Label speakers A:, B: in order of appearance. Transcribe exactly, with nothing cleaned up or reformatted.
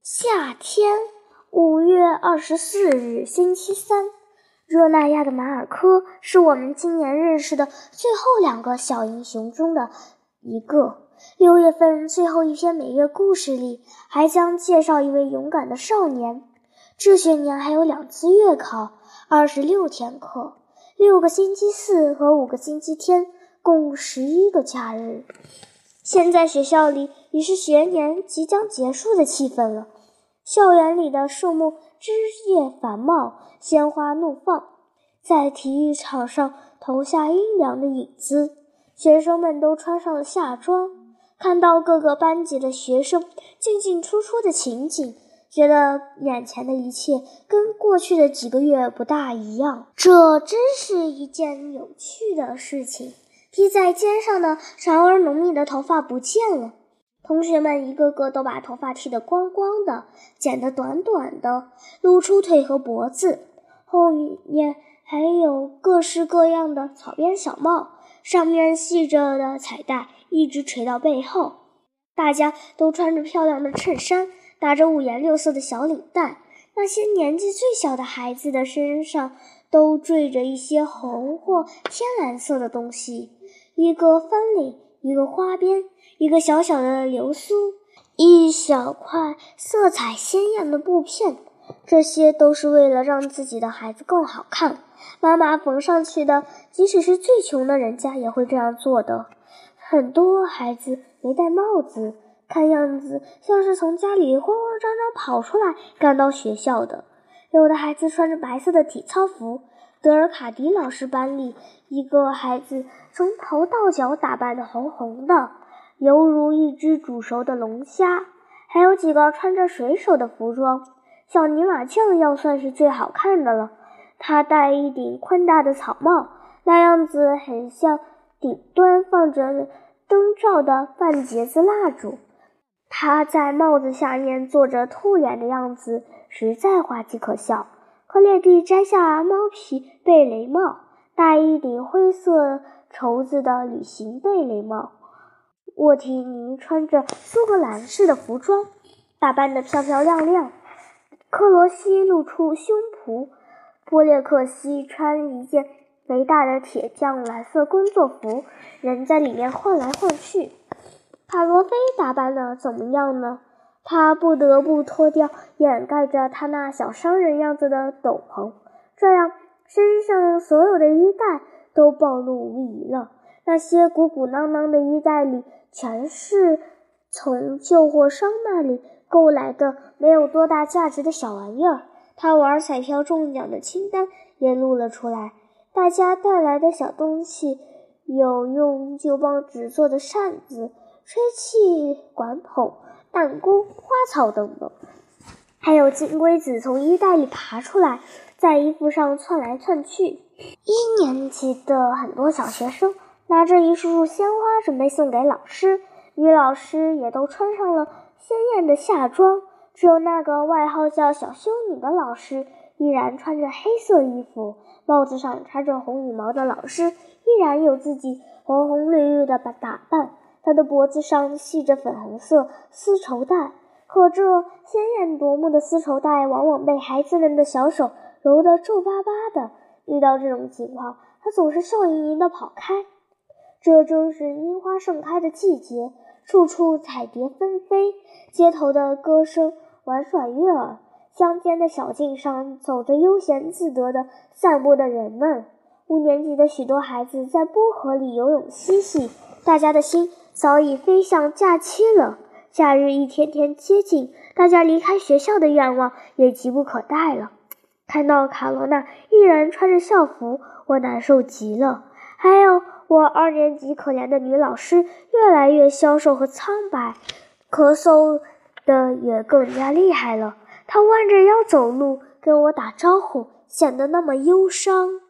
A: 夏天，五月二十四日，星期三。热那亚的马尔科是我们今年认识的最后两个小英雄中的一个。六月份最后一篇每月故事里，还将介绍一位勇敢的少年。这学年还有两次月考，二十六天课，六个星期四和五个星期天，共十一个假日。现在学校里已是学年即将结束的气氛了。校园里的树木枝叶繁茂，鲜花怒放，在体育场上投下阴凉的影子。学生们都穿上了夏装，看到各个班级的学生进进出出的情景，觉得眼前的一切跟过去的几个月不大一样。这真是一件有趣的事情。披在肩上的长而浓密的头发不见了，同学们一个个都把头发剃得光光的，剪得短短的，露出腿和脖子。后面还有各式各样的草编小帽，上面系着的彩带一直垂到背后。大家都穿着漂亮的衬衫，打着五颜六色的小领带。那些年纪最小的孩子的身上都缀着一些红或天蓝色的东西，一个翻领，一个花边，一个小小的流苏，一小块色彩鲜艳的布片。这些都是为了让自己的孩子更好看，妈妈缝上去的，即使是最穷的人家也会这样做的。很多孩子没戴帽子，看样子像是从家里慌慌张张跑出来赶到学校的。有的孩子穿着白色的体操服，德尔卡迪老师班里一个孩子从头到脚打扮得红红的，犹如一只煮熟的龙虾。还有几个穿着水手的服装，小尼玛酱要算是最好看的了。他戴一顶宽大的草帽，那样子很像顶端放着灯罩的半截子蜡烛。他在帽子下面做着兔脸的样子，实在滑稽可笑。克列蒂摘下猫皮贝雷帽，戴一顶灰色绸子的旅行贝雷帽。沃提尼穿着苏格兰式的服装，打扮得漂漂亮亮。克罗西露出胸脯，波列克西穿一件肥大的铁匠蓝色工作服，人在里面晃来晃去。卡罗菲打扮得怎么样呢？他不得不脱掉掩盖着他那小商人样子的斗篷，这样身上所有的衣带都暴露无遗了。那些鼓鼓囊囊的衣带里全是从旧货商那里购来的没有多大价值的小玩意儿。他玩彩票中奖的清单也露了出来，大家带来的小东西有用旧报纸做的扇子、吹气管筒、弹弓、花草等等，还有金龟子从衣袋里爬出来，在衣服上窜来窜去。一年级的很多小学生拿着一束束鲜花准备送给老师，女老师也都穿上了鲜艳的夏装，只有那个外号叫小修女的老师依然穿着黑色衣服，帽子上插着红羽毛的老师依然有自己红红绿绿的打扮，他的脖子上系着粉红色丝绸带，可这鲜艳夺目的丝绸带往往被孩子们的小手揉得皱巴巴的，遇到这种情况，他总是笑盈盈地跑开。这正是樱花盛开的季节，处处彩蝶纷飞，街头的歌声婉转悦耳，乡间的小径上走着悠闲自得的散步的人们。五年级的许多孩子在波河里游泳嬉戏，大家的心早已飞向假期了。假日一天天接近，大家离开学校的愿望也急不可待了。看到卡罗娜依然穿着校服，我难受极了。还有我二年级可怜的女老师越来越消瘦和苍白，咳嗽的也更加厉害了。她弯着腰走路，跟我打招呼，显得那么忧伤。